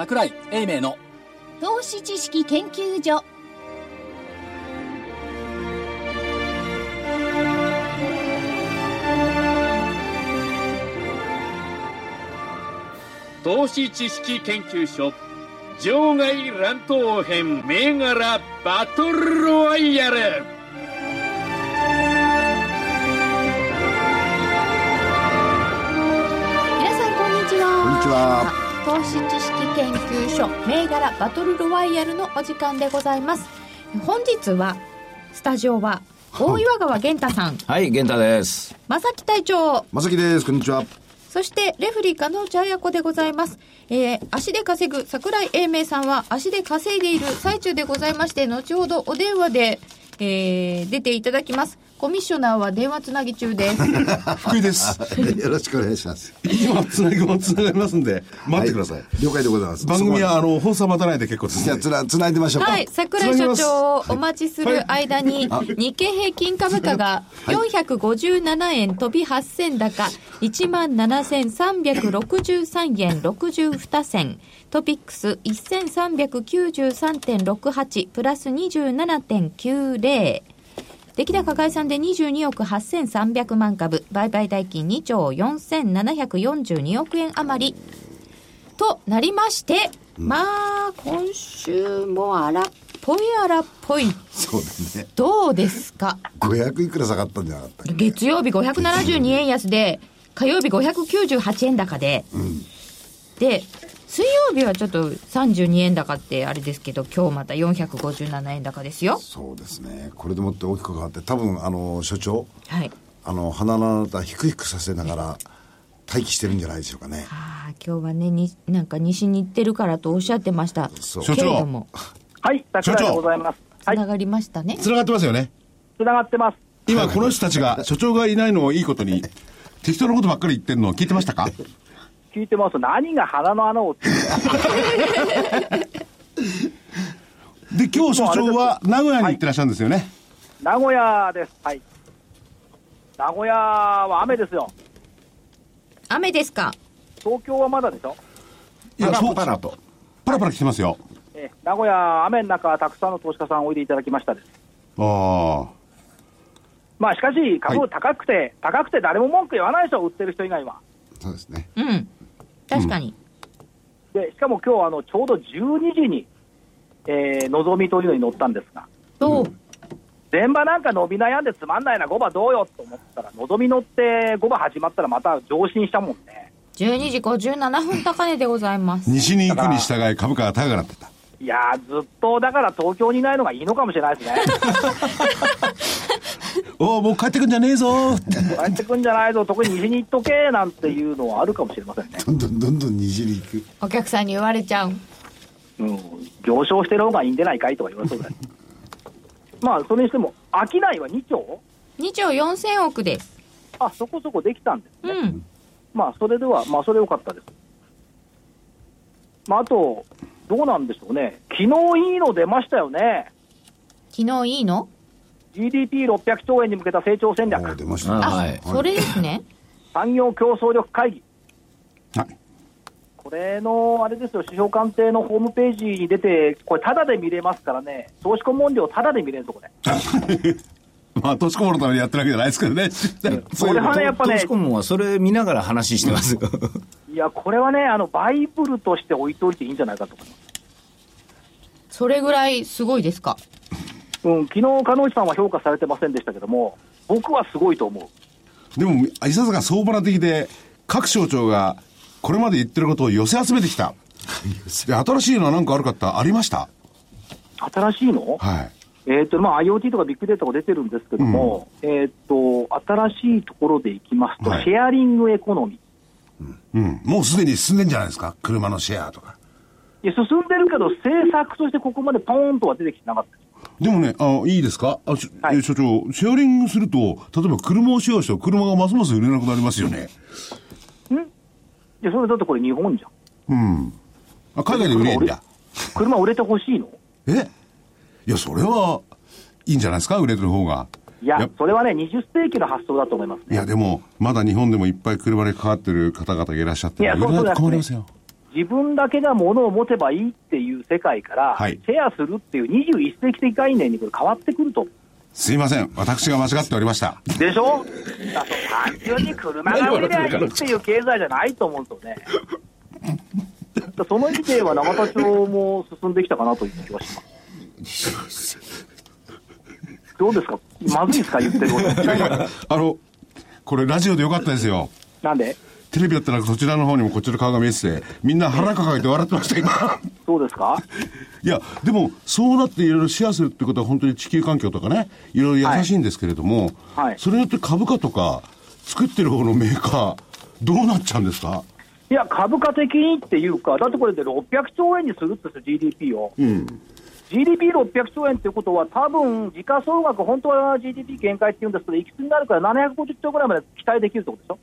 櫻井英明の投資知識研究所。 投資知識研究所場外乱闘編銘柄バトルロワイヤル。 皆さんこんにちは。 こんにちは。 投資知識研究所銘柄バトルロワイヤルのお時間でございます。本日はスタジオは大岩川源太さん、 はい、源太です。 正木隊長、 まさきです。こんにちは。 そしてレフリー加納茶彩子でございます。足で稼ぐ櫻井英明さんは足で稼いでいる最中でございまして、後ほどお電話で、出ていただきます。コミッショナーは電話つなぎ中です。 福井です。 よろしくお願いします。 今つながりますんで待ってください。 了解でございます。 番組は放送待たないで結構です。 じゃあつないでましょうか。 はい、櫻井所長をお待ちする間に、日経平均株価が457円飛び8銭高 17,363 円62銭、トピックス 1393.68 プラス 27.90、出来高概算で22億8300万株、売買代金2兆4742億円余りとなりまして、まあ今週も荒っぽい。 そうですね。 どうですか。 500いくら下がったんじゃなかったっけ。 月曜日572円安で、火曜日598円高で、で水曜日はちょっと32円高ってあれですけど、今日また457円高ですよ。 そうですね。これでもって大きく変わって、多分所長、 はい、 鼻の穴低々させながら待機してるんじゃないでしょうかね。 今日はね、なんか西に行ってるからとおっしゃってましたけれども。 はい、桜井でございます。 つながりましたね。 つながってますよね。 つながってます。 今この人たちが所長がいないのをいいことに適当なことばっかり言ってるのを聞いてましたか。 聞いてます。何が鼻の穴をってで、今日所長は名古屋に行ってらっしゃるんですよね。はい、 名古屋です。はい。名古屋は雨ですよ。 雨ですか。 東京はまだでしょ。 いや、パラパラ来てますよ。 名古屋雨の中たくさんの投資家さんおいでいただきましたです。 ああ。 まあしかし株高くて誰も文句言わないでしょ、売ってる人以外は。 そうですね。 うん。確かに。 でしかも今日ちょうど12時に、のぞみというのに乗ったんですが、前場なんか伸び悩んでつまんないな5場どうよと思ったら、のぞみ乗って5場始まったらまた上進したもんね。 12時57分高値でございます。 西に行くに従い株価が高くなってた。 いやずっとだから東京にいないのがいいのかもしれないですね。 おお、もう帰ってくんじゃねえぞ。 帰ってくんじゃないぞ、特に西に行っとけなんていうのはあるかもしれませんね。 どんどん西に行く。 お客さんに言われちゃう。 上昇してる方がいいんでないかいとか言われそうだね。まあそれにしても商いは2兆 4000億です。 そこそこできたんですね。まあそれではそれ良かったです。あとどうなんでしょうね。昨日いいの出ましたよね。 昨日いいの GDP600 兆円に向けた成長戦略。 出ましたね。 はい、それですね。 産業競争力会議。 はい。 これのあれですよ、指標官邸のホームページに出て、これタダで見れますからね。投資顧問料タダで見れるとこで。 まあ投資顧問のためにやってるわけじゃないですけどね。 これはねやっぱね、 投資顧問はそれ見ながら話してますよ。 いやこれはねバイブルとして置いといていいんじゃないかと思います。 それぐらいすごいですか。 昨日鹿野内さんは評価されてませんでしたけども、僕はすごいと思う。 でもいささか相場的で各省庁がこれまで言ってることを寄せ集めてきた。で新しいのは何かあるかってありました？ 新しいの？ はい。 IoT とかビッグデータが出てるんですけども、新しいところでいきますと、シェアリングエコノミー。もうすでに進んでんじゃないですか、車のシェアとか。 いや進んでるけど政策としてここまでポーンとは出てきてなかった。 でもね、いいですか、所長、シェアリングすると、例えば車をシェアしたら車がますます売れなくなりますよね。 いやそれだってこれ日本じゃん。 海外で売れるんだ。 車売れてほしいの？ いやそれはいいんじゃないですか、売れてる方が。 いやそれはね20世紀の発想だと思いますね。 いやでもまだ日本でもいっぱい車に関わってる方々がいらっしゃって、 いやそう困りますよ。 自分だけが物を持てばいいっていう世界から、 はい、 シェアするっていう21世紀的概念にこれ変わってくると。 すいません、私が間違っておりました。 でしょ。だから単純に車が売れりゃいいっていう経済じゃないと思うんですよね。その意味では永田町も進んできたかなという気はします。どうですか、まずいですか、言ってることこれラジオでよかったですよ。 なんで？ テレビだったらそちらの方にもこっちの顔が見えてて、みんな腹抱えて笑ってました今。 そうですか。 いやでもそうなっていろいろシェアするってことは本当に地球環境とかね、いろいろ優しいんですけれども、はいはい、それによって株価とか作ってる方のメーカーどうなっちゃうんですか？ いや、株価的にっていうか、だってこれで600兆円にするって言うんですよ、GDP を。GDP600 兆円ということは、多分時価総額、本当は GDP 限界って言うんですけど、いくつになるから750兆ぐらいまで期待できるってことでしょ。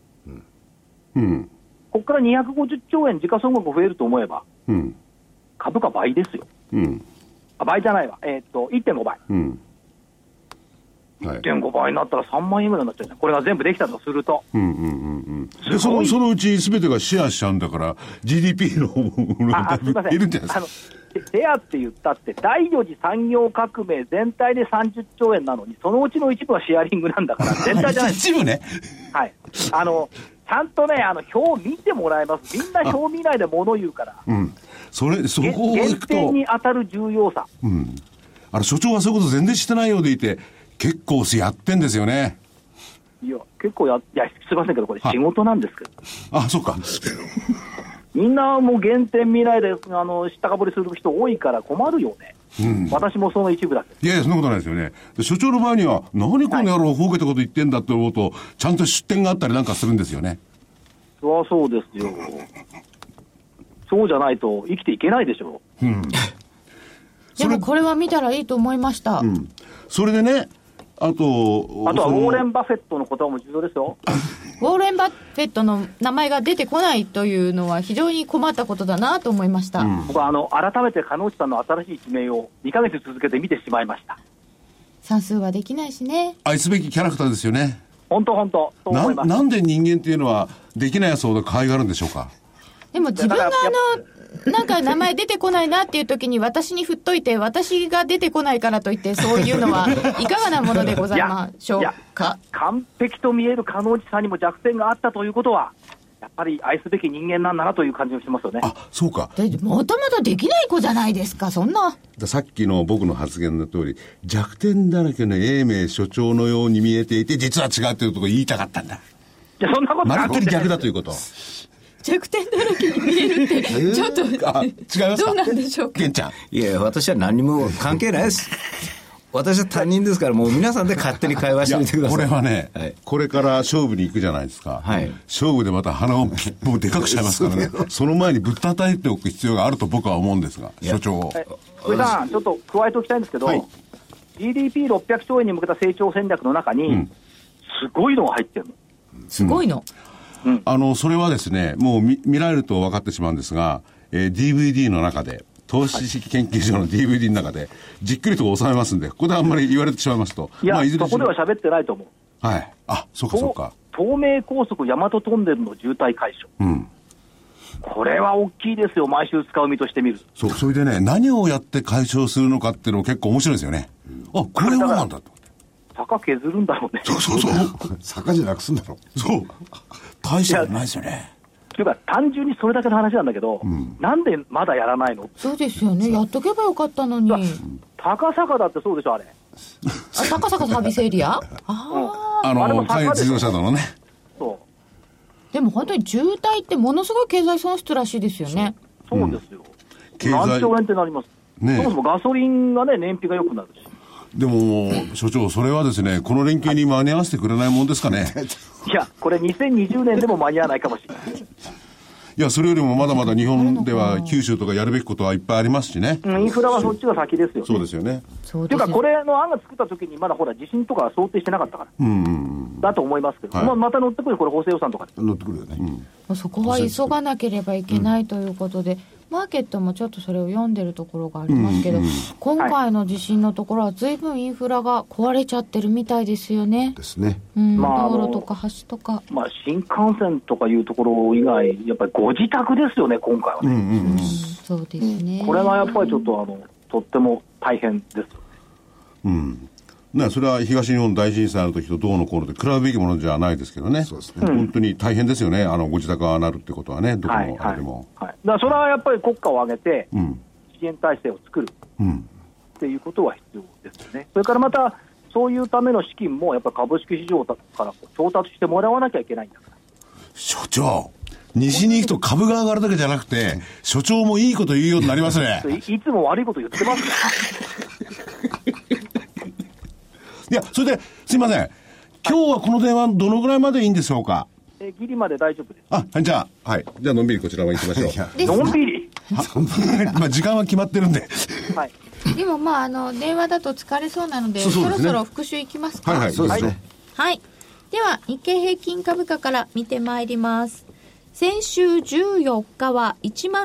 ここから250兆円時価総額増えると思えば、株価倍ですよ。倍じゃないわ、1.5 倍。1.5 倍になったら3万円ぐらいになっちゃうじゃん。これが全部できたとすると。 でそのうち全てがシェアしちゃうんだから GDP の方もいるんじゃないですか。 シェアって言ったって第4次産業革命全体で30兆円なのに、そのうちの一部はシェアリングなんだから全体じゃない一部ね。 はい。ちゃんとね、表見てもらえます。みんな表見ないで物言うから。そこをいくと限定に当たる重要さ。 所長はそういうこと全然してないようでいて、結構やってんですよね。 いや、結構いや、すいませんけど、これ仕事なんですけど。 あ、そうか。 みんなもう原点見ないで、知ったかぶりする人多いから困るよね。私もその一部だけど。 いやいや、そんなことないですよね。所長の場合には、何この野郎、ほうけたこと言ってんだって思うと、ちゃんと出典があったりなんかするんですよね。 そうですよ。そうじゃないと生きていけないでしょ。 でもこれは見たらいいと思いました。 それでね、あとはウォーレン・バフェットの言葉も重要ですよ。 ウォーレン・バフェットの名前が出てこないというのは非常に困ったことだなと思いました。 僕は改めて鹿野内さんの新しい一面を2ヶ月続けて見てしまいました。 算数はできないしね。 愛すべきキャラクターですよね。 本当と思います。 なんで人間っていうのはできないやつほど可愛がるんでしょうか。 でも自分がなんか名前出てこないなっていう時に私に振っといて、私が出てこないからといってそういうのはいかがなものでございましょうか。 完璧と見える鹿野内さんにも弱点があったということは、やっぱり愛すべき人間なんだなという感じがしますよね。 あ、そうか。 もともとできない子じゃないですか、そんな。 さっきの僕の発言の通り、弱点だらけの英明所長のように見えていて、実は違うということを言いたかったんだ。 いや、そんなことない。 まるっきり逆だということ。 弱点だらけに見えるって、ちょっと、違いますか。どうなんでしょうか。 玄ちゃん。いや、私は何も関係ないです。私は他人ですから、もう皆さんで勝手に会話してみてください。 これはね、これから勝負に行くじゃないですか。勝負でまた鼻をもうでかくしちゃいますからね。その前にぶったたいておく必要があると僕は思うんですが、所長を。 福井さん、ちょっと加えておきたいんですけど、GDP600 兆円に向けた成長戦略の中に、すごいのが入ってるの。 すごいの。 それはですね、もう見られると分かってしまうんですが、DVD の中で、投資式研究所の DVD の中で、じっくりと収めますんで、ここであんまり言われてしまいますと。 いや、そこでは喋ってないと思う。 はい。あ、そうかそうか。 東名高速大和トンネルの渋滞解消。これは大きいですよ、毎週使う身としてみる。 それでね、何をやって解消するのかっていうのも結構面白いですよね。あ、これはなんだと。 坂削るんだろうね。 そう。 坂じゃなくすんだろ。 そう。大したことないですよね。 というか単純にそれだけの話なんだけど、なんでまだやらないの？ そうですよね、やっとけばよかったのに。 高坂だってそうでしょ、あれ。 高坂サービスエリア？ 関越自動車道のね。 そう。 でも本当に渋滞ってものすごい経済損失らしいですよね。 そうですよ。何兆円ってなります。そもそもガソリンがね、燃費が良くなるし。 でも、所長、それはですね、この連休に間に合わせてくれないもんですかね。 いや、これ2020年でも間に合わないかもしれない。 いや、それよりもまだまだ日本では九州とかやるべきことはいっぱいありますしね。 インフラはそっちが先ですよね。 そうですよね。 というか、これの案が作った時にまだほら地震とかは想定してなかったから。だと思いますけど、また乗ってくる、これ補正予算とかで。 乗ってくるよね。 そこは急がなければいけないということで、 マーケットもちょっとそれを読んでるところがありますけど、今回の地震のところは随分インフラが壊れちゃってるみたいですよね。 ですね。 道路とか橋とか、 新幹線とかいうところ以外、やっぱりご自宅ですよね、今回はね。 そうですね。 これがやっぱりちょっととっても大変です。 それは東日本大震災の時とどうのこうので比べべきものじゃないですけどね。そうですね。本当に大変ですよね。ご自宅がなるってことはね、どこもあれでも。 だからそれはやっぱり国家を挙げて支援体制を作るっていうことは必要ですよね。それからまたそういうための資金もやっぱり株式市場から調達してもらわなきゃいけないんだから。 所長、西に行くと株が上がるだけじゃなくて、所長もいいこと言うようになりますね。 いつも悪いこと言ってますね。 いや、それで、すいません。今日はこの電話どのぐらいまでいいんでしょうか？ ギリまで大丈夫です。 じゃあ、じゃあのんびりこちらは行きましょう。 のんびり時間は決まってるんで。 はい。 でも電話だと疲れそうなので、そろそろ復習いきますか。 そうですね。 はい。では、日経平均株価から見てまいります。先週14日は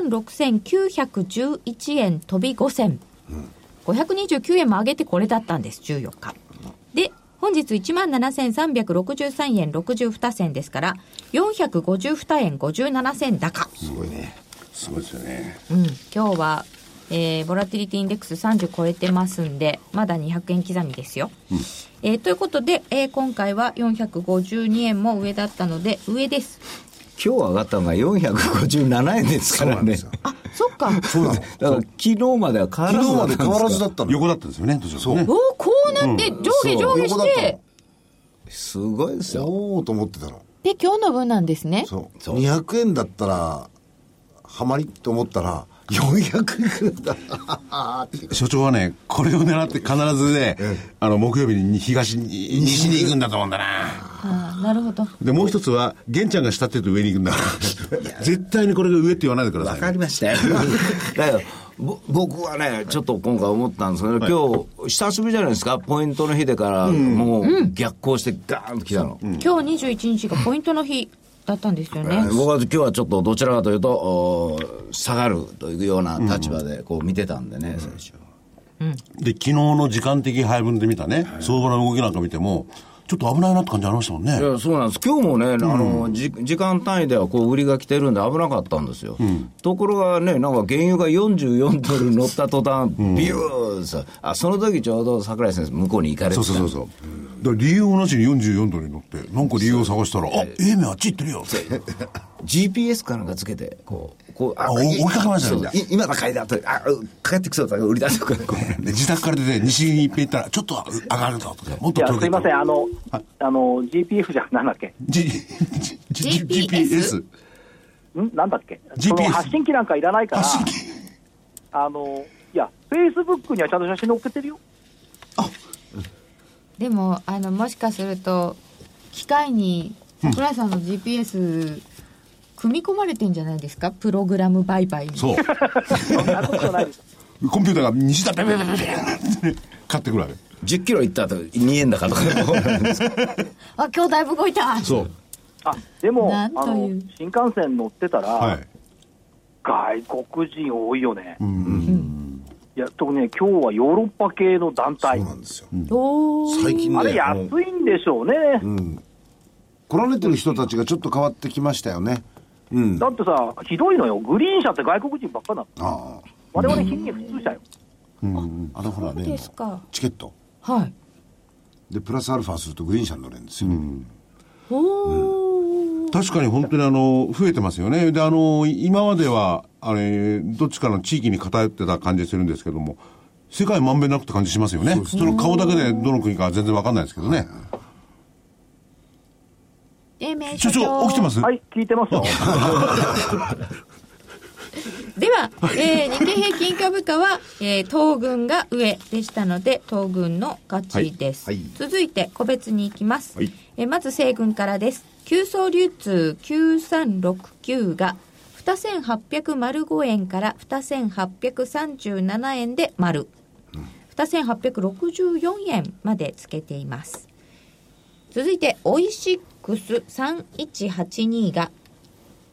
16,911 円飛び5銭。529円も上げてこれだったんです、14日。で、本日 17,363 円62銭ですから、452円57銭高。 すごいね。すごいですよね。 今日は、ボラティリティインデックス30超えてますんで、まだ200円刻みですよ。ということで、今回は452円も上だったので、上です。 今日上がったのが457円ですからね。 あ、そっか。 そうなの。 だから昨日までは変わらずだったんですか。 変わらずだったの。 横だったんですよね。 そう。 こうなって上下して、 すごいですよ。 おーと思ってたの。 で、今日の分なんですね。 そう。200円だったら、ハマりと思ったら、400円くらいだ。 所長はね、これを狙って必ずね、木曜日に西に行くんだと思うんだな。 なるほど。 で、もう一つは、玄ちゃんが下って言うと上に行くんだから。絶対にこれが上って言わないでください、 わかりましたよ。だけど、僕はね、ちょっと今回思ったんですけど、今日、久しぶりじゃないですか、ポイントの日でから、もう逆行してガーンと来たの。 今日21日がポイントの日だったんですよね。 僕は今日はちょっとどちらかというと、下がるというような立場でこう見てたんでね、最初。 で、昨日の時間的配分で見たね、相場の動きなんか見ても、ちょっと危ないなって感じありましたもんね。 いや、そうなんです。今日もね、時間単位ではこう売りが来てるんで危なかったんですよ。ところがね、なんか原油が44ドル乗った途端、ビューさ、その時ちょうど櫻井先生向こうに行かれてた。 そう。だから理由もなしに44ドルに乗って、なんか理由を探したら、英明あっち行ってるよって。 GPS かなんかつけて、追いかけましたね。 今だ買いだと、かかってきそうだから売り出すとか。 自宅から出て西に一遍行ったら、ちょっと上がるぞとか、もっとすいません、GPF じゃなんだっけ、 GPS なんだっけ、 GPS その発信機なんかいらないから、いや、フェイスブックにはちゃんと写真載っけてるよ。 でももしかすると機械に桜井さんの GPS、組み込まれてんじゃないですか、プログラム売買に。 そうそんなことないです。 コンピューターが西だペペペペペ買ってくるわけ。 10キロ行った後2円高とかあ、今日だいぶ動いた。 そう。 でも新幹線乗ってたら、外国人多いよね。いや、特にね、今日はヨーロッパ系の団体。 そうなんですよ。 最近ね、あれ安いんでしょうね。 来られてる人たちがちょっと変わってきましたよね。 だってさ、ひどいのよ。グリーン車って外国人ばっかなの。我々近畿普通車よ。 ほらね、 ですか。 チケット。 はい。 で、プラスアルファするとグリーン車に乗れるんですよ。 確かに本当に増えてますよね。で、今までは、どっちかの地域に偏ってた感じするんですけども、世界まんべんなくって感じしますよね。その顔だけでどの国か全然わかんないですけどね。所長、起きてます？ はい、聞いてますよ。 では、日経平均株価は、東軍が上でしたので、東軍の勝ちです。続いて、個別に行きます。まず、西軍からです。急送流通9369が、2805円から2837円で丸。2864円までつけています。続いて、オイシックス3182が、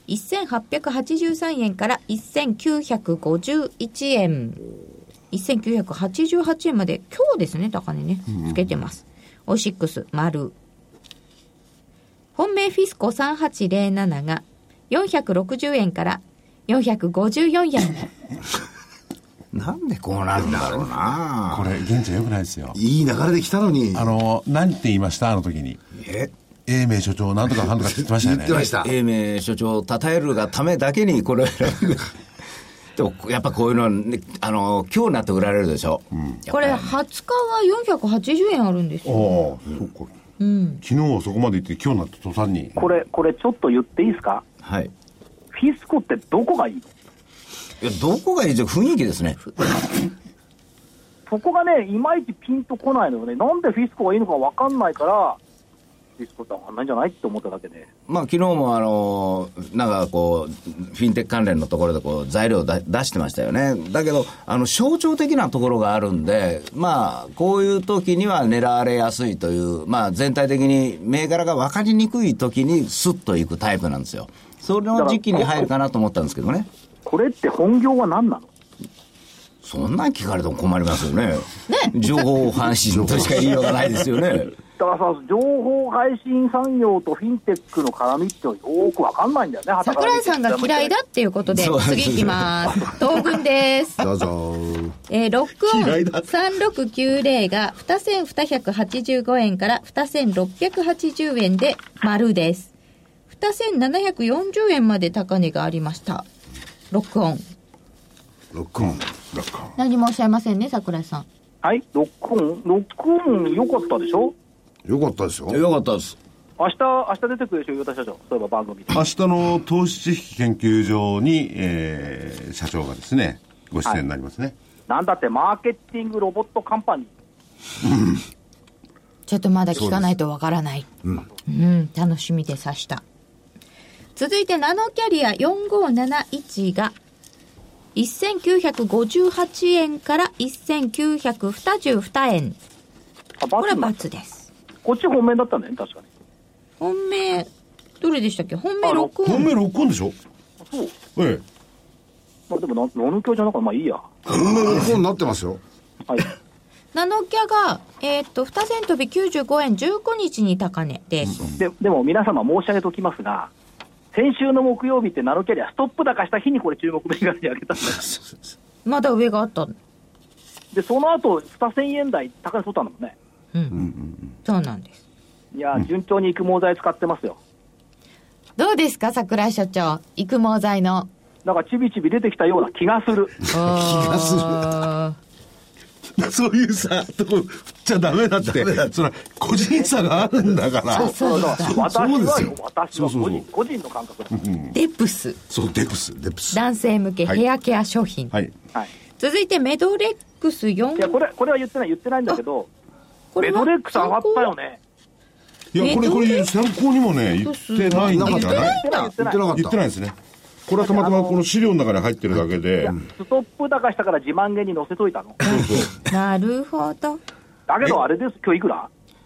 1883円から1951円。1988円まで今日ですね、高値ね、つけてます。オシックス、丸。本命フィスコ3807が460円から454円。 なんでこうなるんだろうな。 これ現地は良くないですよ。 いい流れで来たのに。 何て言いましたあの時に。英明所長なんとかなんとかって言ってましたよね。 言ってました。 英明所長を称えるがためだけにこれでもやっぱこういうのは、ね、今日になって売られるでしょ、 これ20日は480円あるんですよ。 そうか、昨日はそこまで行って今日になって途端にこれちょっと言っていいですか。 はい。 フィスコってどこがいいの？ いや、どこがいいじゃ雰囲気ですね。 そこがね、いまいちピンとこないのよね。なんでフィスコがいいのか分かんないから、フィスコって上がんないんじゃないって思っただけで。 まあ、昨日もなんかこう、フィンテック関連のところでこう材料を出してましたよね。だけど、象徴的なところがあるんで、まあ、こういう時には狙われやすいという、まあ、全体的に銘柄が分かりにくい時にスッといくタイプなんですよ。その時期に入るかなと思ったんですけどね。 これって本業は何なの？ そんなん聞かれても困りますよね。情報発信としか言いようがないですよね。 だからさ、情報配信産業とフィンテックの絡みってよくわかんないんだよね。 桜井さんが嫌いだっていうことで、次いきます。東軍です。 どうぞ。 ロックオン3690が2285円から2680円で丸です。2740円まで高値がありました。ロックオン。何もおっしゃいませんね、桜井さん。 はい、ロックオン良かったでしょ？ 良かったですよ。 良かったです。 明日出てくるでしょ、岩田社長。そういえば番組で。 明日の投資知識研究所に、社長がですね、ご出演になりますね。はい、 なんだってマーケティングロボットカンパニー。 ちょっとまだ聞かないとわからない。楽しみでさした。続いてナノキャリア4571が1958円から1922円。これは×です。 こっち本命だったんだよね、確かに。 本命どれでしたっけ？本命6音。 本命6音でしょ？ そう。 ええ。 まあでもナノキャじゃなくてまあいいや。 本命6音になってますよ。 はい。 ナノキャが2銭飛び95円15日に高値です。 でも皆様申し上げておきますが、先週の木曜日ってナノキャリアストップ高した日にこれ注目銘柄に上げたんですまだ上があったで、その後2000円台高値取ったんだもんね。 そうなんです。 いや、順調に育毛剤使ってますよ。 どうですか、桜井所長、育毛剤のなんかちびちび出てきたような気がする。 気がする。 そういうさ、とこ振っちゃダメだって。それは個人差があるんだから。 私は個人の感覚だ。 デプス。 そう、デプス。 男性向けヘアケア商品。 はい。 続いてメドレックス4。 いや、これは言ってないんだけど、メドレックス上がったよね。 いや、これ参考にもね、言ってないんじゃない？言ってないですね。これはたまたまこの資料の中に入ってるだけで、 ストップ高したから自慢げに載せといたの。 なるほど。 だけどあれです、今日いくら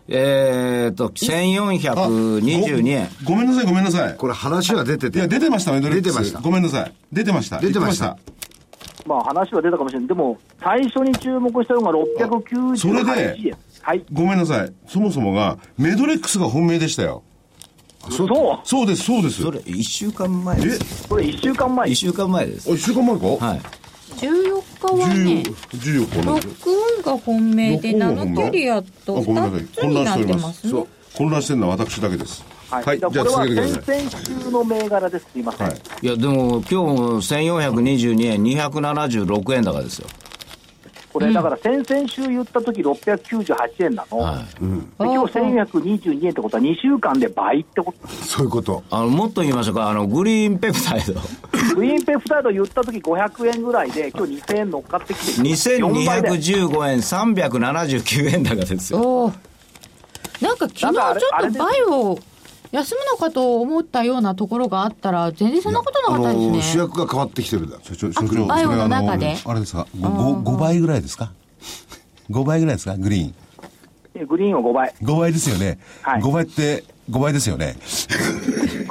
？1422円。 ごめんなさい。 これ話は出てて。 いや、出てましたね、 出てました。 ごめんなさい。出てました。 まあ話は出たかもしれない。でも、最初に注目したのが698円。 それで、はい。ごめんなさい。そもそもが、メドレックスが本命でしたよ。そうです。 それ1週間前です。 これ1週間前。 1週間前です。 1週間前か？ はい。 14日はね、 14日ロックオンが本命で、ナノキャリアと2つになってますね。 混乱してるのは私だけです。 はい。じゃあこれは先々週の銘柄です。すいません。いや、でも今日1422円、276円高ですよ。 これだから先々週言った時698円なの、で今日1422円ってことは2週間で倍ってこと。 そういうこと。 もっと言いましょうか、グリーンペプタイドグリーンペプタイド言った時500円ぐらいで今日2000円乗っかってきて 2215円379円高ですよ。 なんか昨日ちょっとバイオ休むのかと思ったようなところがあったら全然そんなことなかったですね。 主役が変わってきてるんだ。 バイオの中であれですか、5倍ぐらいですか？5倍ぐらいですか？グリーンは5倍。 5倍ですよね。 はい、 5倍って5倍ですよね。 5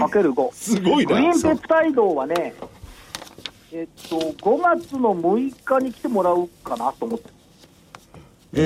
かける5。 すごいな。 グリーンペプタイドはね、5月の6日に来てもらうかなと思って。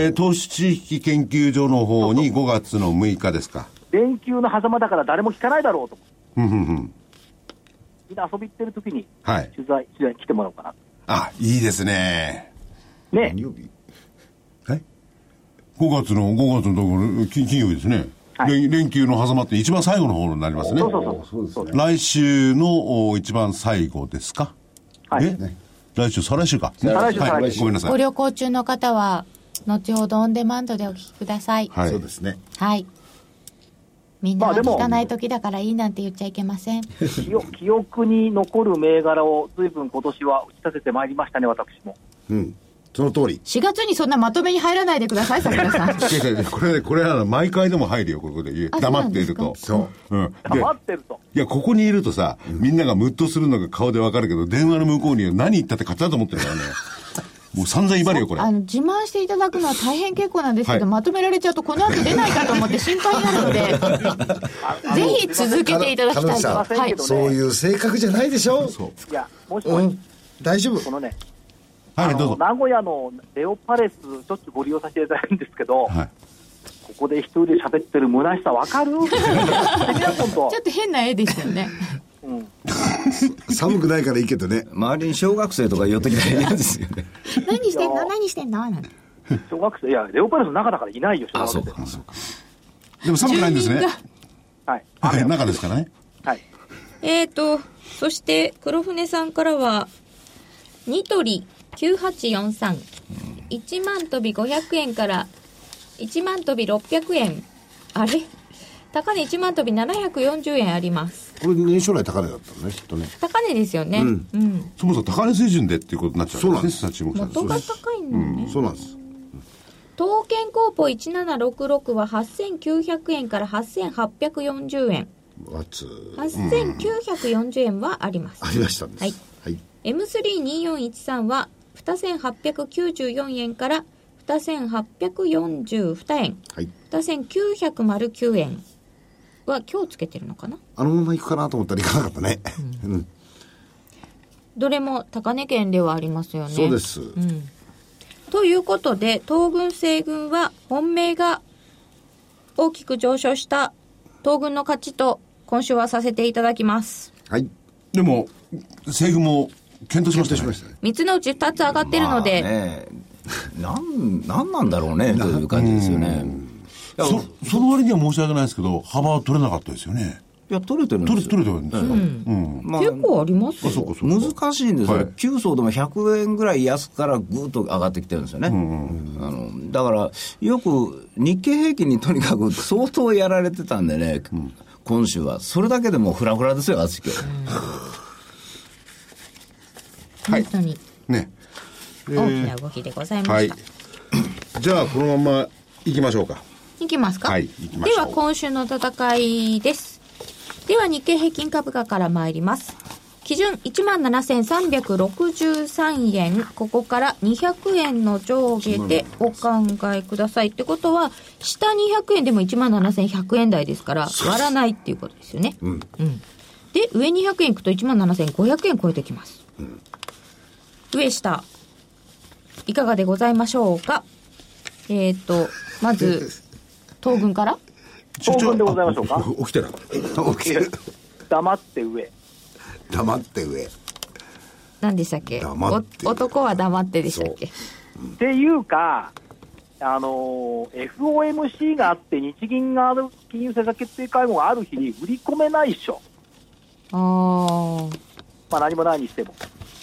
投資地域研究所の方に5月の6日ですか。 連休の狭間だから誰も聞かないだろうと思って。 うんうんうん。 みんな遊び行ってる時にはい。 取材に来てもらおうかな。 あ、いいですね。 ね。 金曜日 5月のところ、金曜日ですね。 はい、 連休の狭間って一番最後の方になりますね。 そうですね。 来週の一番最後ですか。 はい。 来週、再来週か。 再来週、 はい、ごめんなさい。 ご旅行中の方は後ほどオンデマンドでお聞きください。 はい。 そうですね。 はい。みんなは聞かない時だからいいなんて言っちゃいけません。 記憶に残る銘柄を随分今年は打ち立ててまいりましたね、私も。 うん。その通り。 4月にそんなまとめに入らないでください、桜さん。 これは毎回でも入るよ、ここで。黙っていると。 そう。 うん。 黙ってると。 いや、ここにいるとさ、みんながムッとするのが顔でわかるけど、電話の向こうには何言ったって勝ちだと思ってるからね。もう散々威張るよ、これ。 自慢していただくのは大変結構なんですけど、はい、まとめられちゃうとこの後出ないかと思って心配になるので、ぜひ続けていただきたいと。 はい、 そういう性格じゃないでしょ。 そう。いや、もしもし、 大丈夫。 このね、 はい、どうぞ。 名古屋のレオパレス、ちょっとご利用させていただくんですけど、はい、ここで一人で喋ってる虚しさわかる？ちょっと変な絵ですよね。 うん、 寒くないからいいけどね。 周りに小学生とか寄ってきたら嫌ですよね。 何してんのなんて。 小学生、いや、レオパレスの中だからいないよ、小学生。 そうか。でも寒くないんですね。 はい。 はい、中ですからね。 はい。 そして、黒船さんからは、ニトリ9843、1万飛び500円から1万飛び600円。あれ高値1万飛び740円あります。 これ年初来高値だったのね、きっとね。 高値ですよね。うん。 そもそも高値水準でっていうことになっちゃう。 そうなんです。 元が高いのね。 そうなんです。 東建コーポ1766は8900円から8840円。8940円はあります。 ありましたんです。 はい。はい、M32413 は2894円から2842円。はい。2909円は今日つけてるのかな。 あのまま行くかなと思ったら行かなかったね。うん。 どれも高値圏ではありますよね。 そうです。 うん。ということで、東軍西軍は本命が大きく上昇した東軍の勝ちと今週はさせていただきます。 はい。 でも西軍も検討しましたね。3つのうち2つ上がってるので、 なんなんだろうねという感じですよね。 その割には申し訳ないですけど、幅は取れなかったですよね。 いや、取れてるんですよ。 取れてるんですよ。 結構ありますよ。 難しいんですよ。9層でも100円ぐらい安からぐーっと上がってきてるんですよね。だから、よく日経平均にとにかく相当やられてたんでね、今週は。それだけでもフラフラですよ、私今日。 はい。本当に。 ね。 大きな動きでございました。はい。 じゃあ、このまま行きましょうか。 いきますか。 はい、行きましょう。 では、今週の戦いです。では、日経平均株価から参ります。基準 17,363 円。ここから200円の上下でお考えください。ってことは、下200円でも 17,100 円台ですから、割らないっていうことですよね。うん。で、上200円いくと 17,500 円超えてきます。上下、いかがでございましょうか。まず、東軍から東軍でございましょうか。 起きてる。 起きてる。 黙って上。 黙って上。 何でしたっけ。 黙って。 男は黙ってでしたっけ。 っていうか、FOMC があって日銀が金融政策決定会合がある日に売り込めないっしょ。まあ何もないにしても。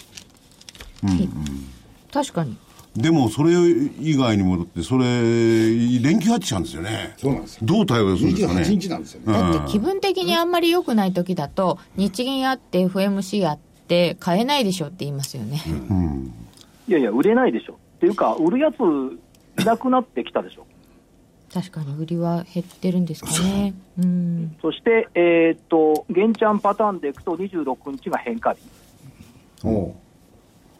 確かに。 でもそれ以外にもだってそれ連休入ってきちゃうんですよね。 そうなんですよ。 どう対応するんですかね。 28日なんですよね。 だって気分的にあんまり良くない時だと日銀あって FMC あって買えないでしょって言いますよね。 いやいや売れないでしょっていうか売るやついなくなってきたでしょ。 確かに売りは減ってるんですかね。 そして現チャンパターンでいくと26日が変化日。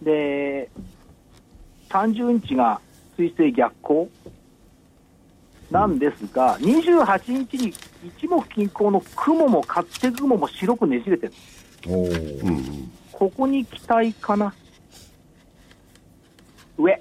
で30日が水星逆行なんですが、28日に一目均衡の雲も勝手雲も白くねじれてる。ここに期待かな。上。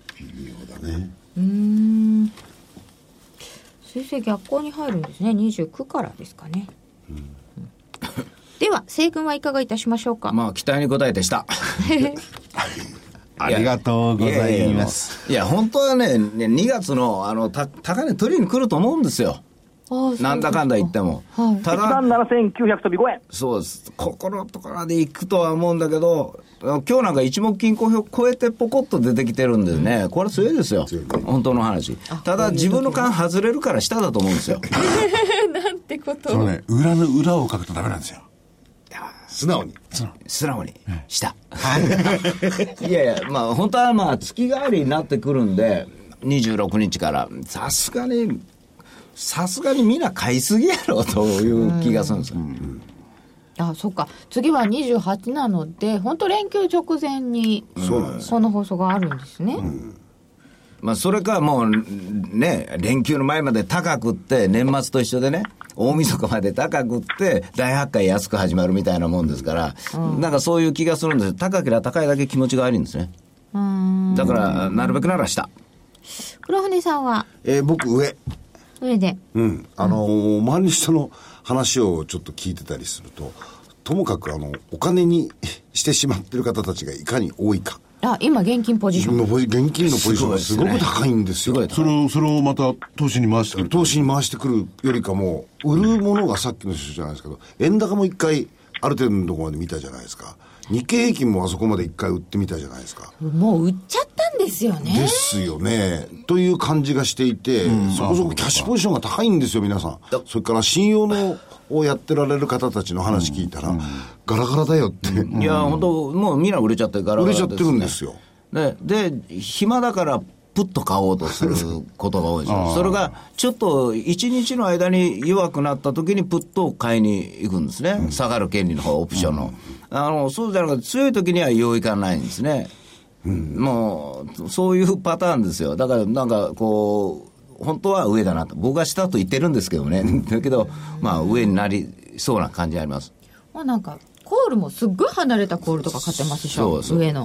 水星逆行に入るんですね。29からですかね。では西軍はいかがいたしましょうか。 まあ期待に応えてしたありがとうございます。 いや本当はね2月の高値取りに来ると思うんですよ。なんだかんだ言っても、 ただ17900飛び5円。 そうです。ここのところで行くとは思うんだけど、今日なんか一目均衡表超えてポコッと出てきてるんでね、これ強いですよ、本当の話。ただ自分の勘外れるから下だと思うんですよなんてことそのね、裏の裏を書くとダメなんですよ。 素直に下いやいや、まあ本当はまあ月替わりになってくるんで26日からさすがにみんな買いすぎやろという気がするんですよ。 あ、そっか。次は28なので本当連休直前にこの放送があるんですね。 まあ、それかもうね、連休の前まで高くって年末と一緒でね、大晦日まで高くって大発会安く始まるみたいなもんですから、なんかそういう気がするんです。高ければ高いだけ気持ちが悪いんですね。だからなるべくなら下。 黒船さんは、 僕上で、 周りの人の話をちょっと聞いてたりすると、ともかくお金にしてしまってる方たちがいかに多いか。 今現金ポジション、 現金のポジションがすごく高いんですよ。 それをまた投資に回してくる。 投資に回してくるよりかも、売るものがさっきの人じゃないですけど、円高も一回ある程度のところまで見たじゃないですか。日経平均もあそこまで一回売ってみたじゃないですか。 もう売っちゃったんですよね。 ですよね。という感じがしていて、そこそこキャッシュポジションが高いんですよ、皆さん。それから信用をやってられる方たちの話聞いたら、ガラガラだよって。 いや、本当もうみんな売れちゃってガラガラですね。 売れちゃってるんですよ。 で、暇だからプッと買おうとすることが多いですよ。それがちょっと1日の間に弱くなった時にプッと買いに行くんですね。下がる権利の方、オプションの。そうじゃなくて強い時には用意感ないんですね。もうそういうパターンですよ。だからなんかこう本当は上だなと、僕は下と言ってるんですけどねだけどまあ上になりそうな感じあります。 なんかコールもすっごい離れたコールとか買ってますでしょ。そう上の、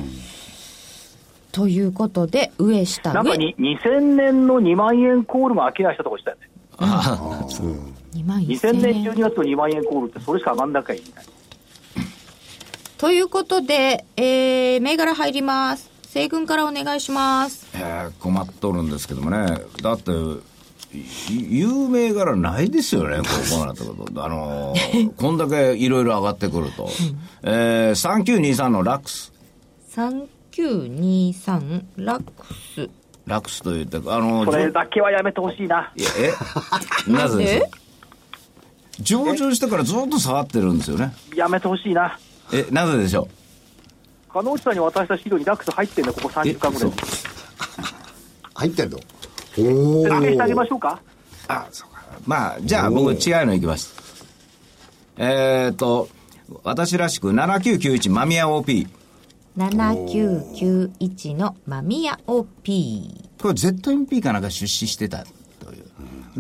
ということで上下なんか2000年の2万円コールも商いしたとこしたよね。2000年12月の2万円コールってそれしか上がんなきゃいいみたいな。 ということで、銘柄入ります。西軍からお願いします。 困っとるんですけどもね。だって有名柄ないですよね、こうなったことこんだけいろいろ上がってくると、3923のラックス、 3923ラックスと言ってそれだけはやめてほしいな。 なぜですか。上場してからずっと下がってるんですよね。 やめてほしいな。 なぜでしょう。加納内さんに渡した資料にラックス入ってんの、ここ3週間ぐらい入ってんの。 説明してあげましょうか。 そうか。まあじゃあ僕違うのいきます。私らしく7991間宮 OP、 7991の間宮 OP、 これ ZMP かなんか出資してたという。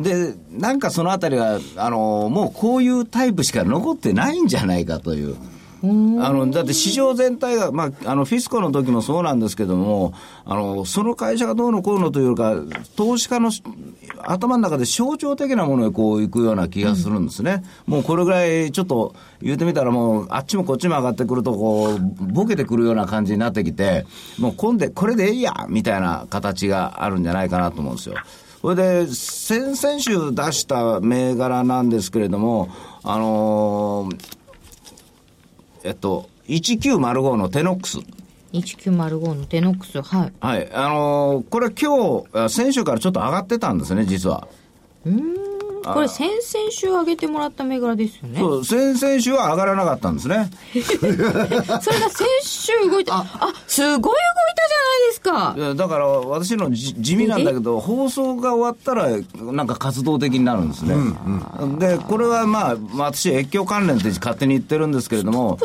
でなんかそのあたりがもうこういうタイプしか残ってないんじゃないかという。だって市場全体が、フィスコの時もそうなんですけども、その会社がどうのこうのというか、投資家の頭の中で象徴的なものへこう行くような気がするんですね。もうこれぐらいちょっと言うてみたらもうあっちもこっちも上がってくるとこうボケてくるような感じになってきて、もう今度これでいいやみたいな形があるんじゃないかなと思うんですよ。それで先々週出した銘柄なんですけれども、1905のテノックス。 1905のテノックス。はい。 はい。これ今日、先週からちょっと上がってたんですね、実は。 これ先々週上げてもらった銘柄ですよね。 そう、先々週は上がらなかったんですね。 それが先週動いた。すごい動いたないですか。 いやだから私の地味なんだけど、放送が終わったらなんか活動的になるんですね、でこれはまあ私越境関連って勝手に言ってるんですけれども、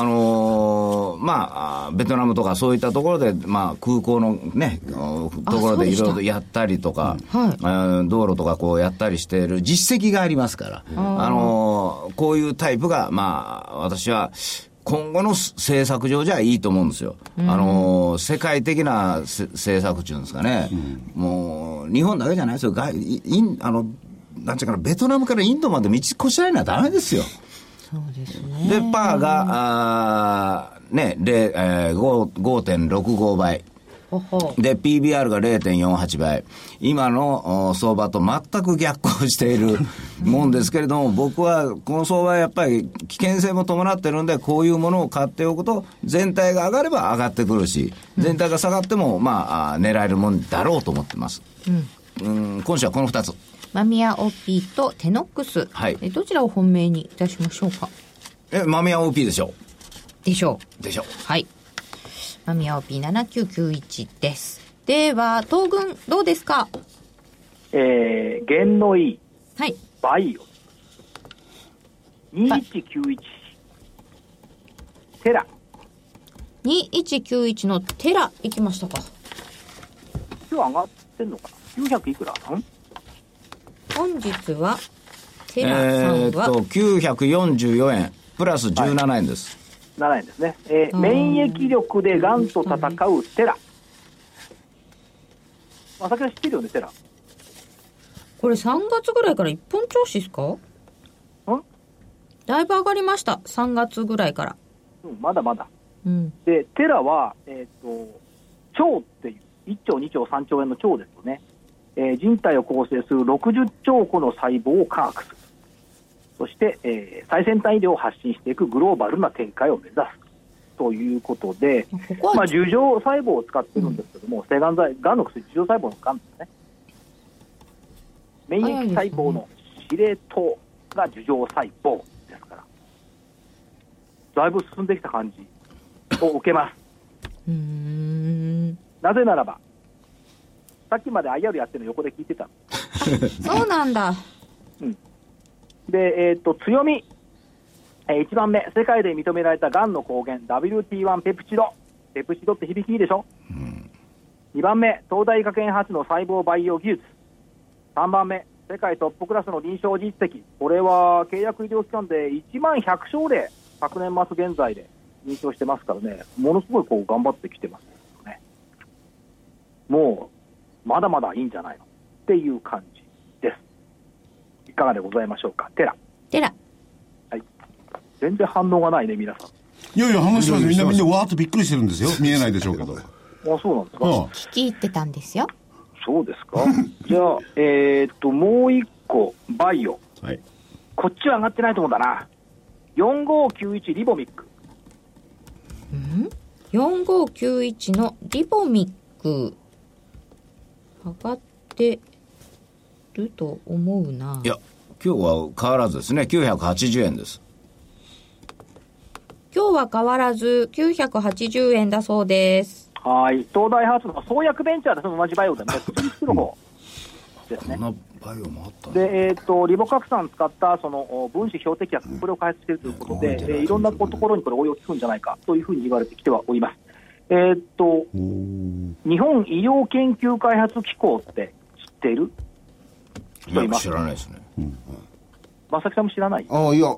まあベトナムとかそういったところで、まあ、空港のねところでいろいろやったりとか、道路とかこうやったりしている実績がありますから、こういうタイプがまあ私は今後の政策上じゃいいと思うんですよ。世界的な政策っていうんですかね、もう日本だけじゃないですよ。なんていうかな、ベトナムからインドまで道越しないのはダメですよ。 そうですね。 でパーが5.65 倍で PBR が 0.48 倍、今の相場と全く逆行しているもんですけれども、僕はこの相場はやっぱり危険性も伴ってるんで、こういうものを買っておくと全体が上がれば上がってくるし、全体が下がってもまあ狙えるもんだろうと思ってます。今週はこの2つ、 マミヤ OP とテノックス、どちらを本命にいたしましょうか。 マミヤ OP でしょう。 でしょう。 でしょう。 はい。マミヤ OP7991 です。では東軍どうですか。 元のいい、 はい、 バイオ2191テラ 2191のテラいきましたか。 今日上がってんのかな、900いくら本日はテラさんは 944円プラス17円です、 7円ですね。免疫力でがんと戦うテラ、先ほど知ってるよねテラ。 これ3月ぐらいから一本調子ですか。だいぶ上がりました3月ぐらいから、 まだまだ、でテラは、腸っていう1兆2兆3兆円の腸ですよね、人体を構成する60兆個の細胞を科学する、そして、最先端医療を発信していくグローバルな展開を目指すということで、樹状細胞を使ってるんですけども、性がん剤、がんの薬、樹状細胞のがんですね。免疫細胞の司令塔が樹状細胞ですから、だいぶ進んできた感じを受けます。なぜならば、さっきまで IR やってるの横で聞いてたそうなんだ。 で、強み、1番目、世界で認められたがんの抗原 WT1 ペプチドって響きいいでしょ、2番目、東大医科研発の細胞培養技術、3番目、世界トップクラスの臨床実績、これは契約医療機関で1万100床で昨年末現在で認証してますからね、ものすごいこう頑張ってきてますよね。もうまだまだいいんじゃないのっていう感じです。いかがでございましょうか。テラ、はい、全然反応がないね皆さん。 いやいや反応してます。みんなわーっとびっくりしてるんですよ。見えないでしょうけど。 あ、そうなんですか。 聞き入ってたんですよ。 そうですか。じゃあもう一個バイオ、こっちは上がってないと思うんだな。4591リボミック、 4591のリボミック上がってると思うな。 いや今日は変わらずですね、980円です。 今日は変わらず980円だそうです。 はい、東大発の創薬ベンチャーでその同じバイオでね、薬作る方ですね。 こんなバイオもあったね。で、リボ核酸使ったその分子標的薬、これを開発しているということで、いろんなところにこれ応用効くんじゃないかというふうに言われてきてはおります。日本医療研究開発機構って知っている人います？ 知らないですね。 正木さんも知らない？ いや、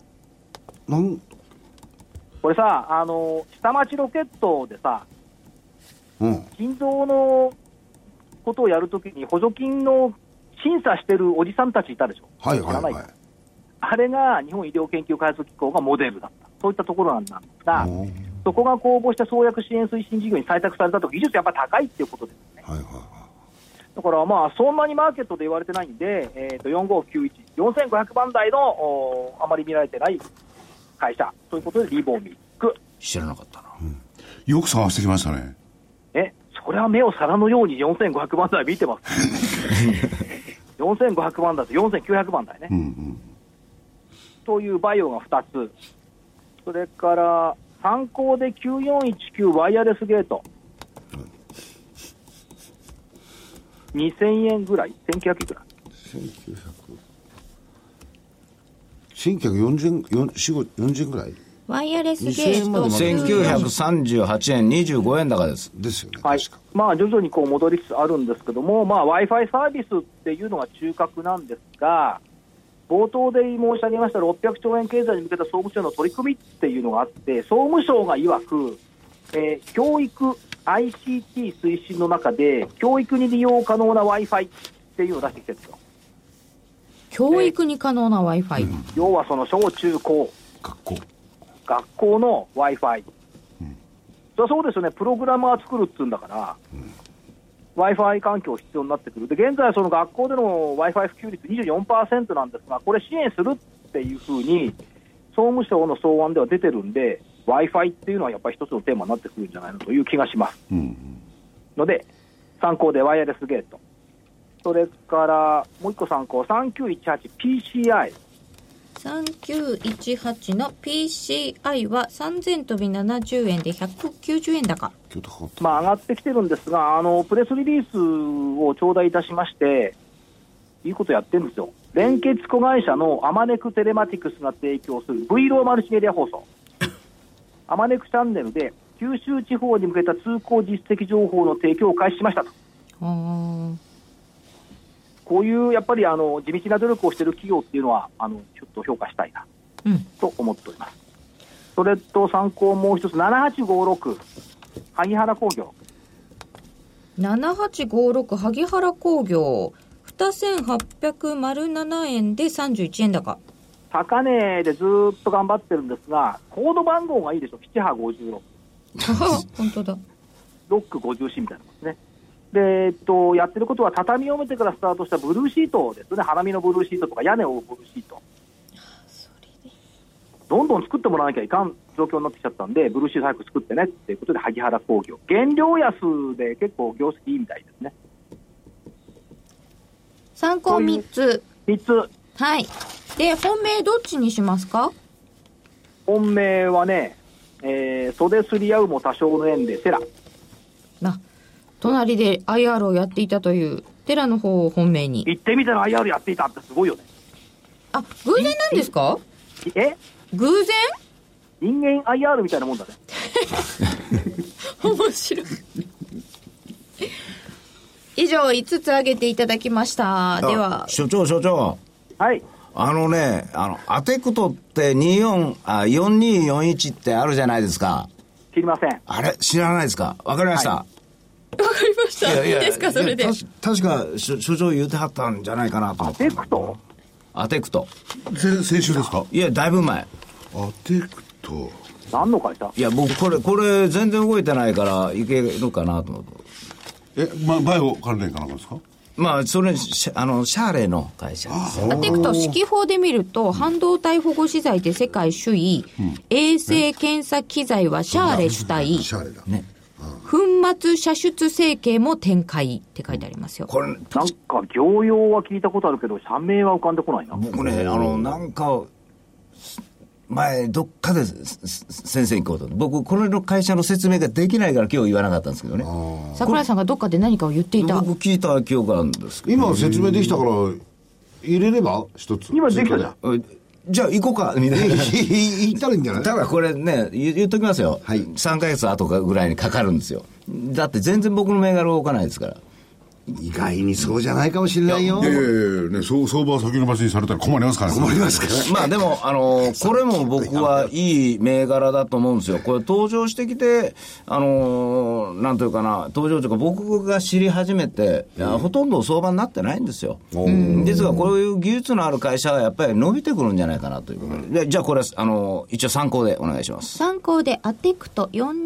これさ、下町ロケットでさ、心臓のことをやるときに補助金の審査してるおじさんたちいたでしょ。 はいはいはい。 あれが日本医療研究開発機構がモデルだった。そういったところなんですが、そこが公募した創薬支援推進事業に採択されたと技術やっぱり高いっていうことですね。だからまあそんなにマーケットで言われてないんで、4591、4500番台のあまり見られてない会社ということでリボミック。 知らなかったな。 よく探してきましたね。 それは目を皿のように4500番台見てます。4500番台と4900番台ね、というバイオが2つ、それから参考で9419ワイヤレスゲート、 2000円ぐらい、1900いくら。 1940円ぐらいワイヤレスゲート 1938円25円高です。 ですよね。 はい確か。 まあ、徐々にこう戻りつつあるんですけども、まあ、Wi-Fi サービスっていうのが中核なんですが、冒頭で申し上げました600兆円経済に向けた総務省の取り組みっていうのがあって、総務省が曰く、教育 ICT 推進の中で教育に利用可能な Wi-Fi っていうのを出してきてるんですよ。 教育に可能な Wi-Fi、 要はその小中高学校の Wi-Fi、そりゃそうですよね。プログラマー作るっていうんだから、Wi-Fi 環境必要になってくる。で、現在その学校での Wi-Fi 普及率 24% なんですが、これ支援するっていうふうに総務省の草案では出てるんで、Wi-Fi っていうのはやっぱり一つのテーマになってくるんじゃないのという気がします、ので、参考でワイヤレスゲート、それからもう一個参考 3918PCI 3918の PCI は3000飛び70円で190円高。 まあ上がってきてるんですが、プレスリリースを頂戴いたしまして、いいことやってるんですよ。連結子会社のアマネクテレマティクスが提供する V ローマルチメディア放送アマネクチャンネルで九州地方に向けた通行実績情報の提供を開始しましたと。こういうやっぱり地道な努力をしている企業っていうのはちょっと評価したいな、と思っております。それと参考もう一つ7856萩原工業 7856萩原工業2807円で31円高。 高値でずっと頑張ってるんですが、コード番号がいいでしょ。7波56 本当だ。 ロック54みたいなもんですね。で、やってることは畳表からスタートしたブルーシートですね。花見のブルーシートとか屋根を覆うブルーシート、どんどん作ってもらわなきゃいかん状況になってきちゃったんで、ブルーシート早く作ってねっていうことで萩原工業、原料安で結構業績いいみたいですね。 参考3つ。 3つ。 はい。で、本命どっちにしますか？ 本命はね、袖すり合うも多少の縁でテラ。 隣で IR をやっていたというテラの方を本命に。 行ってみたら IR やっていたってすごいよね。 あ、偶然なんですか？偶然？ 人間 IR みたいなもんだね。 面白い。以上5つ挙げていただきました。では所長はい。 アテクトって4241ってあるじゃないですか。 知りません。 あれ知らないですか？わかりました。 わかりました。いいですか、それで。 確か所長言うてはったんじゃないかなと思って。アテクト先週ですか？ いや、だいぶ前。 アテクト何の会社？ いや、僕これ全然動いてないからいけるかなと思って。 バイオ関連かなんかですか？ まあ、それシャーレの会社です。 アテクト指揮法で見ると、半導体保護資材で世界首位、衛星検査機材はシャーレ主体、 シャーレだね、 粉末射出成形も展開って書いてありますよ。 これなんか業用は聞いたことあるけど社名は浮かんでこないな。 僕ね、なんか前どっかで先生に聞こうと、僕これの会社の説明ができないから今日言わなかったんですけどね。 桜井さんがどっかで何かを言っていた。 僕聞いた記憶があるんですけど、 今説明できたから入れれば一つ今できたじゃん。 じゃあ行こうかみたいな。 言ったらいいんじゃない？ ただこれね、言っときますよ、 はい、 3ヶ月後ぐらいにかかるんですよ。だって全然僕の銘柄動かないですから。 意外にそうじゃないかもしれないよ。 いやね、相場は先延ばしにされたら困りますからね。 困りますからね。 まあでもこれも僕はいい銘柄だと思うんですよ。これ登場してきてなんというかな、登場というか僕が知り始めて、ほとんど相場になってないんですよ。ですがこういう技術のある会社はやっぱり伸びてくるんじゃないかなということで、じゃあこれ一応参考でお願いします。 参考でアテクト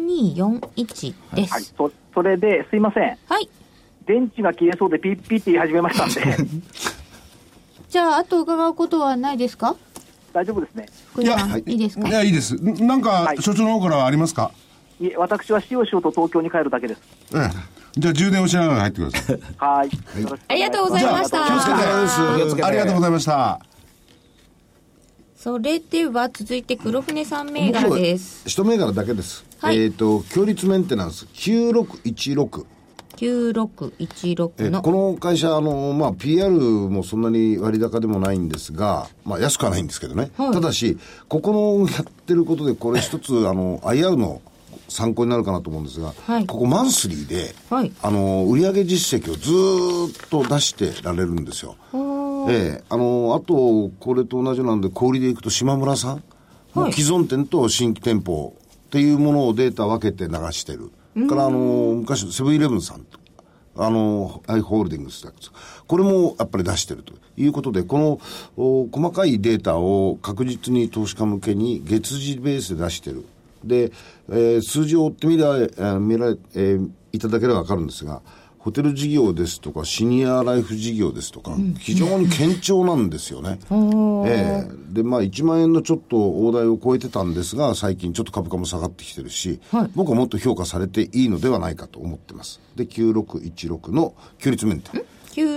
4241です。 はい、それですいません。 はい。 電池が切れそうでピッピッって言い始めましたんでじゃああと伺うことはないですか？ 大丈夫ですね。 福井さん、いいですか？ いや、いいです。なんか、所長の方からはありますか？ いえ、私はしようと東京に帰るだけです。 じゃあ充電をしながら入ってください。 はい。 ありがとうございました。 気をつけて。ありがとうございました。 それでは続いて黒船さん銘柄です。 一銘柄だけです。 はい、 強立メンテナンス9616 9616のこの会社PR もそんなに割高でもないんですが、安くはないんですけどね、ただしここのやってることでこれ一つIR の参考になるかなと思うんですが、ここマンスリーで、売上実績をずーっと出してられるんですよ。あとこれと同じなんで小売りでいくと島村さん、既存店と新規店舗っていうものをデータ分けて流してるから昔セブンイレブンさんとアイ・ホールディングスだこれもやっぱり出してるということで、この細かいデータを確実に投資家向けに月次ベースで出してる。で、数字を追っていただければ分かるんですが、ホテル事業ですとかシニアライフ事業ですとか、非常に堅調なんですよね。で1万円のちょっと大台を超えてたんですが、最近ちょっと株価も下がってきてるし、僕はもっと評価されていいのではないかと思ってます。で9616の休立面店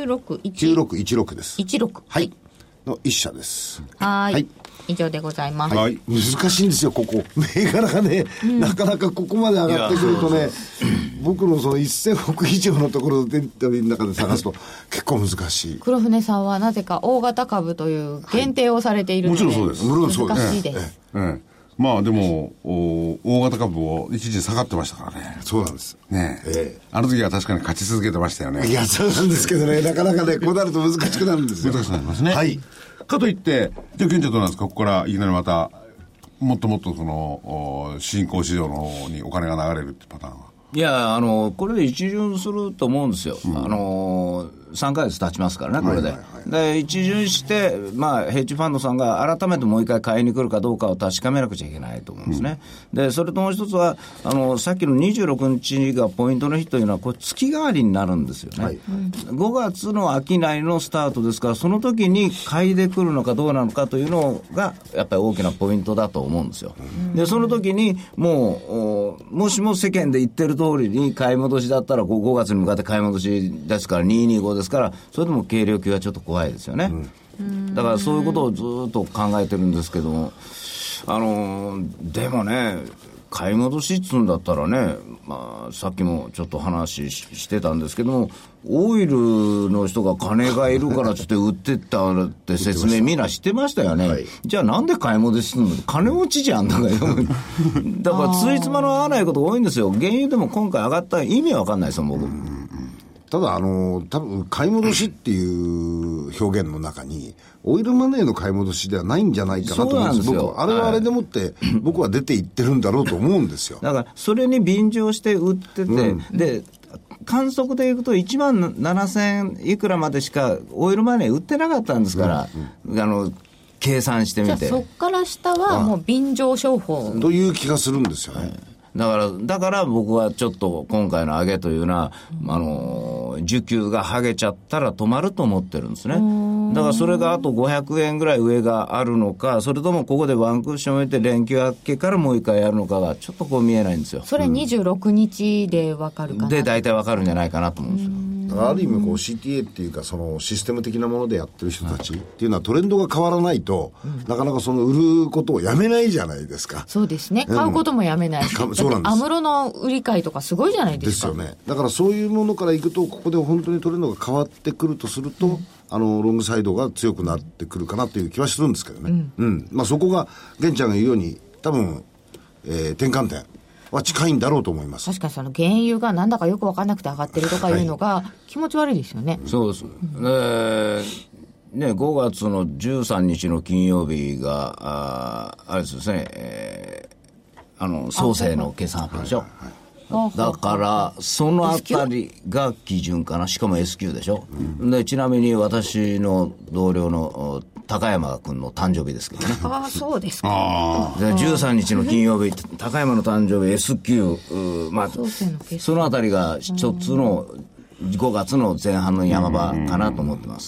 9616です。 16 はいの一社です。 はい以上でございます。 難しいんですよここ銘柄がね、なかなかここまで上がってくるとね、僕のその1000億以上のところでの中で探すと結構難しい。 黒船さんはなぜか大型株という限定をされているので、 もちろんそうです。 難しいです。 でも大型株を一時下がってましたからね。 そうなんですね。あの時は確かに勝ち続けてましたよね。 いやそうなんですけどね、なかなかねこうなると難しくなるんですよ。 難しくなりますね。かといってじゃあ現地はどうなんですか。ここからいきなりまたもっとその新興市場の方にお金が流れるってパターンは。 いやこれで一巡すると思うんですよ。3ヶ月経ちますからねこれで。で一巡して、ヘッジファンドさんが改めてもう一回買いに来るかどうかを確かめなくちゃいけないと思うんですね。でそれともう一つはさっきの26日がポイントの日というのはこれ月替わりになるんですよね。5月の商いのスタートですから、その時に買いで来るのかどうなのかというのがやっぱり大きなポイントだと思うんですよ。でその時にもしも世間で言ってる通りに買い戻しだったら5月に向かって買い戻しですから225ですから、それでも軽量級はちょっと怖いですよね。だからそういうことをずっと考えてるんですけども、でもね買い戻しっつうんだったらね、さっきもちょっと話してたんですけども、オイルの人が金がいるからちょっと売ってったって説明みんなしてましたよね。じゃあなんで買い戻しするの？金持ちじゃんとかだからついつまの合わないことが多いんですよ。原油でも今回上がった意味は分かんないですよ僕。 ただ多分買い戻しっていう表現の中にオイルマネーの買い戻しではないんじゃないかなと思うんですよ。僕あれはあれでもって僕は出ていってるんだろうと思うんですよ。 だからそれに便乗して売ってて、で観測でいくと1万7000いくらまでしかオイルマネー売ってなかったんですから、計算してみて、 じゃあそっから下はもう便乗商法という気がするんですよね。 だから僕はちょっと今回の上げというのは需給が剥げちゃったら止まると思ってるんですね。だからそれがあと500円ぐらい上があるのか、それともここでワンクッション置いて連休明けからもう一回やるのかがちょっとこう見えないんですよ。 それ26日で分かるかな、 で大体分かるんじゃないかなと思うんですよ。 だからある意味CTA っていうかそのシステム的なものでやってる人たちっていうのはトレンドが変わらないと、なかなかその売ることをやめないじゃないですか。 そうですね、買うこともやめないし、 そうなんです。 アムロの売り買いとかすごいじゃないですか。 ですよね。だからそういうものからいくとここで本当にトレンドが変わってくるとすると、ロングサイドが強くなってくるかなという気はするんですけどね。そこが玄ちゃんが言うように多分、転換点は近いんだろうと思います。 確かにその原油がなんだかよく分かんなくて上がってるとかいうのが気持ち悪いですよね。 そうです。5月の13日の金曜日があれですね、総生の計算発表でしょ。だからそのあたりが基準かな。しかも S q でしょ。でちなみに私の同僚の高山君の誕生日ですけどね。 そうですか。 で13日の金曜日高山の誕生日 S q、そのあたりが一つの5月の前半の山場かなと思ってます。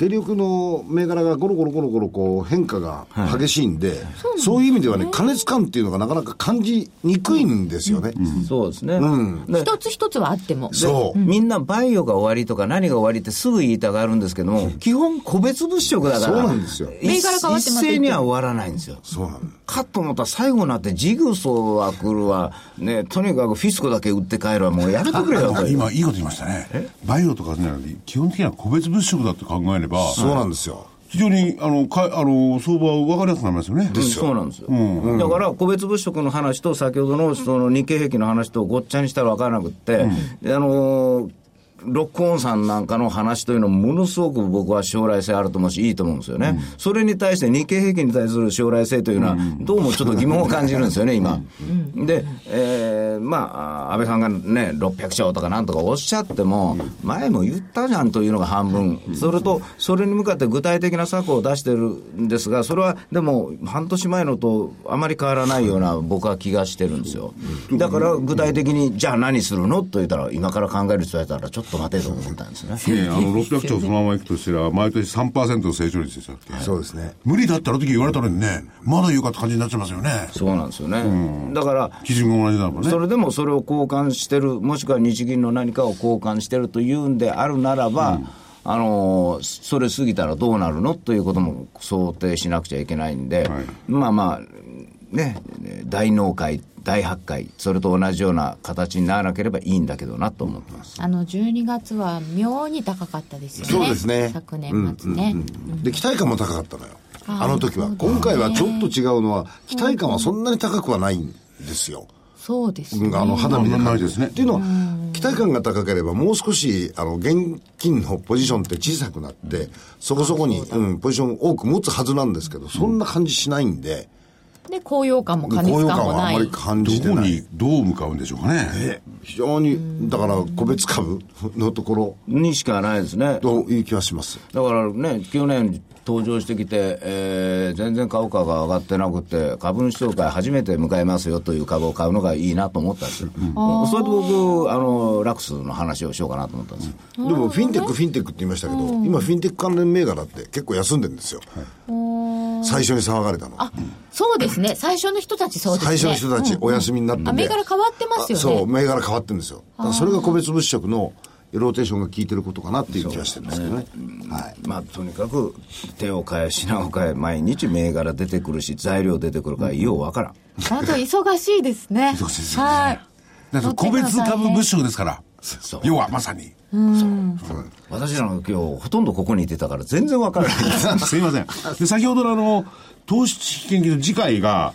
定力の銘柄がゴロゴロこう変化が激しいんで、そういう意味ではね、過熱感っていうのがなかなか感じにくいんですよね。 そうですね。 一つ一つはあっても。 そう。 みんなバイオが終わりとか何が終わりってすぐ言いたがるんですけども、基本個別物色だから。 そうなんですよ。 銘柄変わって一斉には終わらないんですよ。 そうなんです。 かと思ったら最後になってジグソーは来るわ、ね、とにかくフィスコだけ売って帰るわ、もうやめてくれよ。 今いいこと言いましたね。バイオとかね、基本的には個別物色だって考えれば、 そうなんですよ。 非常に相場は分かりやすくなりますよね。 そうなんですよ。だから個別物色の話と先ほどのその日経平均の話とごっちゃにしたら分からなくって、ロックオンさんなんかの話というのもものすごく僕は将来性あると思うしいいと思うんですよね、それに対して日経平均に対する将来性というのはどうもちょっと疑問を感じるんですよね今、で、まあ安倍さんがね600兆とかなんとかおっしゃっても前も言ったじゃんというのが半分、それとそれに向かって具体的な策を出してるんですが、それはでも半年前のとあまり変わらないような僕は気がしてるんですよ。だから具体的にじゃあ何するのと言ったら今から考える人やったらちょっと待てと思ったんですね。 600兆そのままいくとしたら毎年 3% の成長率でしたっけ。 そうですね。 無理だったら時言われたのにね、まだ言うかって感じになっちゃいますよね。 そうなんですよね、だから基準が同じだもんね。 それでもそれを交換してる、もしくは日銀の何かを交換してるというんであるならば、それ過ぎたらどうなるのということも想定しなくちゃいけないんで、まあね、大納会大発会それと同じような形にならなければいいんだけどなと思ってます。 12月は妙に高かったですよね。 そうですね。 昨年末ね、 で期待感も高かったのよ、あの時は。今回はちょっと違うのは期待感はそんなに高くはないんですよ。 そうですね。 肌身で感じですね。 っていうのは期待感が高ければもう少し現金のポジションって小さくなってそこそこに、ポジション多く持つはずなんですけど、そんな感じしないんで、 で高揚感も過熱感もない。 高揚感はあまり感じてない。 どこにどう向かうんでしょうかね。 非常にだから個別株のところにしかないですねという気はします。 だからね、去年登場してきて、全然株価が上がってなくて株主総会初めて迎えますよという株を買うのがいいなと思ったんですよ、それで僕ラクスの話をしようかなと思ったんですよ。 でもフィンテックって言いましたけど、今フィンテック関連銘柄って結構休んでるんですよ、最初に騒がれたの。 そうですね。最初の人たちそうですね。 最初の人たちお休みになってて、 銘柄変わってますよね。 そう、銘柄変わってるんですよ。だからそれが個別物色のローテーションが効いてることかなっていう気がしてるんですけどね。 まあとにかく手を変え品を変え毎日銘柄出てくるし材料出てくるからようわからん。 本当忙しいですね。 忙しいですよね。はい。だから個別株物色ですから。要はまさに。 私らの今日ほとんどここにいてたから全然わからないです。 すいません。で先ほどの投資知識研究の次回が、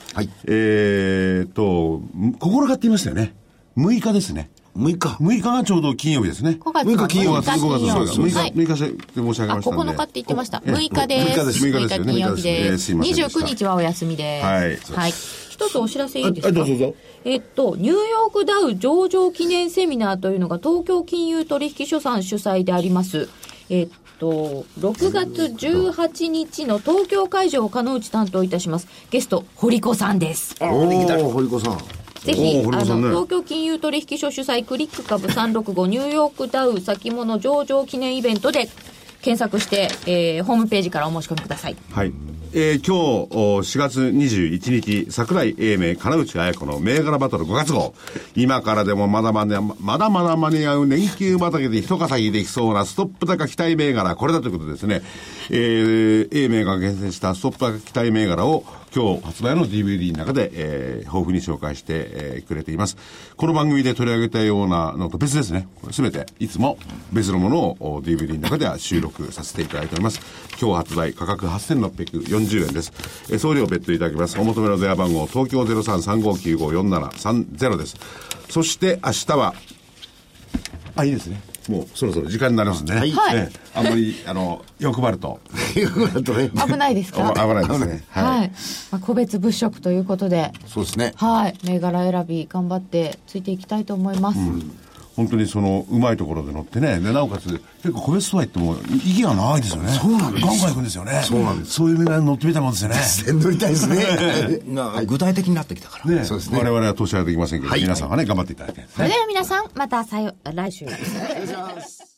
心がって言いましたよね。6日ですね。6日がちょうど金曜日ですね。 6日金曜日。 6日で申し上げましたので。 9日って言ってました。6日です。6日金曜日です。29日はお休みです。はい。一つお知らせいいですか。 どうぞ。 ニューヨークダウ上場記念セミナーというのが東京金融取引所さん主催であります。6月18日の東京会場を鹿内担当いたします。ゲスト、堀子さんです。 堀子さん。 ぜひ、東京金融取引所主催クリック株365ニューヨークダウ先物上場記念イベントで検索して、ホームページからお申し込みください。 はい。今日4月21日櫻井英明金内彩子の銘柄バトル5月号、今からでもまだまだ間に合う年休畑で一稼ぎできそうなストップ高期待銘柄、これだということですね。英明が厳選したストップ高期待銘柄を今日発売の DVD の中で、豊富に紹介して、くれています。この番組で取り上げたようなのと別ですね。すべていつも別のものを DVD の中では収録させていただいております。今日発売価格8640円です。送料別途いただきます。お求めの電話番号東京 0335954730 です。そして明日はいいですね。もうそろそろ時間になりますね。はい。あんまり欲張るとね、危ないですか。 危ないですね。 はい。個別物色ということで。 そうですね。 はい。銘柄選び頑張ってついていきたいと思います。 本当にうまいところで乗ってね、でなおかつ結構個別とは言っても息がないですよね。 そうなんです。 ガンガン行くんですよね。 そうなんです。 そういう銘柄に乗ってみたもんですよね。 乗りたいですね。 具体的になってきたからね。そうですね。我々は投資はできませんけど、皆さんはね頑張っていただいて。 それでは皆さんまた来週。 お願いします。